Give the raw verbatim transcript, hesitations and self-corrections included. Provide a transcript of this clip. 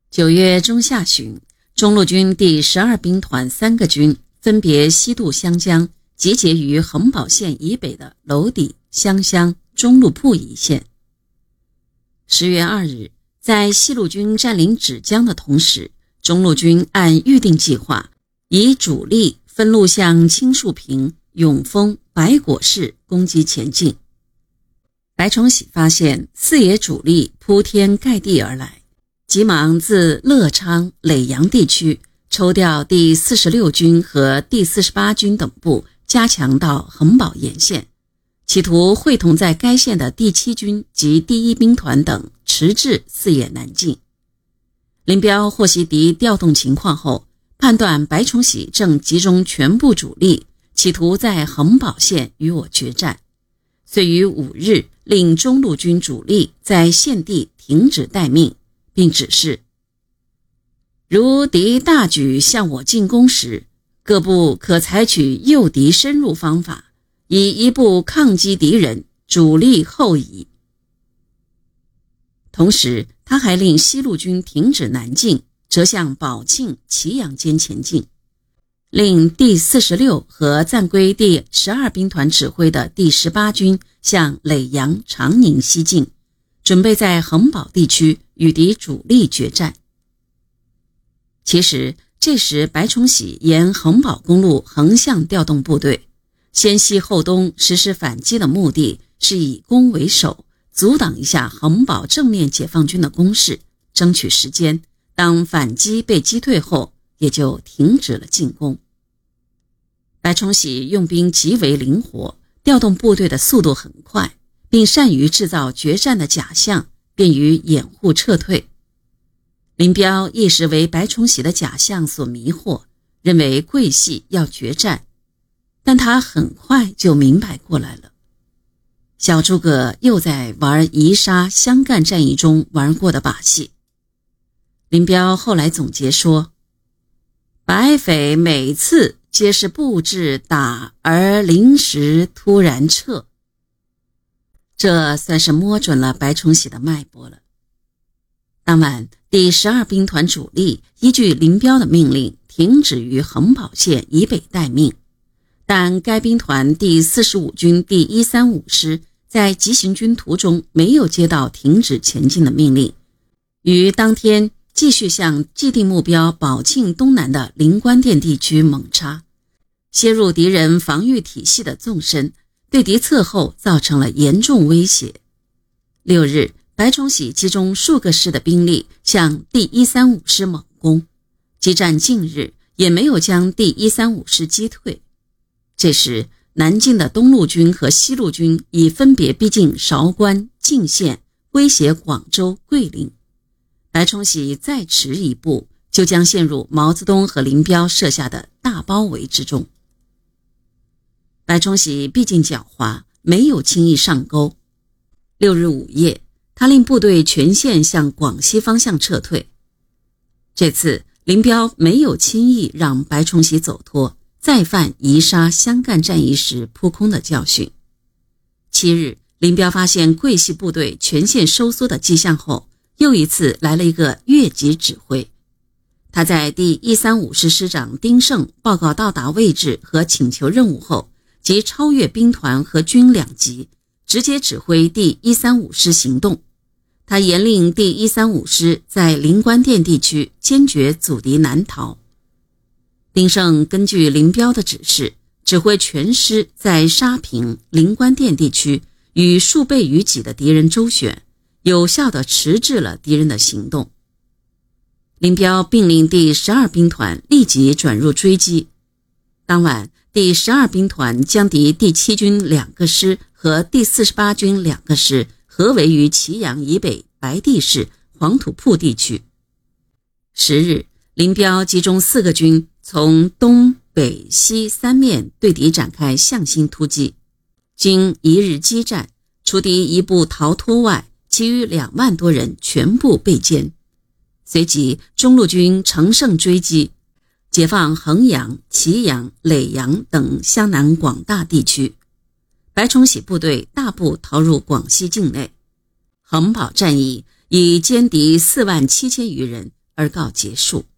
九月中下旬，中路军第十二兵团三个军分别西渡湘江，集结于衡宝县以北的娄底、湘乡、中路铺一线。十月二日，在西路军占领芷江的同时，中路军按预定计划，以主力分路向青树坪、永丰、白果市攻击前进。白崇禧发现四野主力铺天盖地而来，急忙自乐昌、耒阳地区抽调第四十六军和第四十八军等部，加强到衡宝沿线，企图会同在该县的第七军及第一兵团等迟滞四野南进。林彪获悉敌调动情况后，判断白崇禧正集中全部主力，企图在衡宝县与我决战，遂于五日令中路军主力在县地停止待命，并指示：如敌大举向我进攻时，各部可采取诱敌深入方法，以一部抗击敌人，主力后移。同时，他还令西路军停止南进，折向宝庆、祁阳间前进，令第四十六和暂归第十二兵团指挥的第十八军向耒阳、长宁西进，准备在衡宝地区与敌主力决战。其实这时白崇禧沿衡宝公路横向调动部队，先西后东实施反击的目的是以攻为守，阻挡一下衡宝正面解放军的攻势，争取时间，当反击被击退后，也就停止了进攻。白崇禧用兵极为灵活，调动部队的速度很快，并善于制造决战的假象，便于掩护撤退。林彪一时为白崇禧的假象所迷惑，认为桂系要决战，但他很快就明白过来了。小诸葛又在玩夷沙湘赣战役中玩过的把戏。林彪后来总结说，白匪每次皆是布置打而临时突然撤，这算是摸准了白崇禧的脉搏了。当晚，第十二兵团主力依据林彪的命令停止于衡宝县以北待命，但该兵团第四十五军第一三五师在急行军途中没有接到停止前进的命令，于当天继续向既定目标宝庆东南的灵官殿地区猛插，切入敌人防御体系的纵深，对敌侧后造成了严重威胁。六日，白崇禧集中数个师的兵力向第一三五师猛攻，激战近日也没有将第一三五师击退。这时，南进的东路军和西路军已分别逼近韶关、泾县，威胁广州、桂林。白崇禧再迟一步，就将陷入毛泽东和林彪设下的大包围之中。白崇禧毕竟狡猾，没有轻易上钩。六日午夜，他令部队全线向广西方向撤退。这次林彪没有轻易让白崇禧走脱，再犯夷沙湘赣战役时扑空的教训。七日，林彪发现桂系部队全线收缩的迹象后，又一次来了一个越级指挥。他在第一三五师师长丁盛报告到达位置和请求任务后，即超越兵团和军两级，直接指挥第一三五师行动。他严令第一三五师在灵官殿地区坚决阻敌南逃。丁盛根据林彪的指示，指挥全师在沙坪、灵官殿地区与数倍于己的敌人周旋，有效地迟滞了敌人的行动。林彪并令第十二兵团立即转入追击。当晚，第十二兵团将敌第七军两个师和第四十八军两个师合围于祁阳以北白地市、黄土铺地区。十日，林彪集中四个军从东北西三面对敌展开向心突击。经一日激战，除敌一部逃脱外，其余两万多人全部被歼。随即中路军乘胜追击，解放衡阳、祁阳、耒阳等湘南广大地区。白崇禧部队大部逃入广西境内。衡宝战役以歼敌四万七千余人， 而告结束。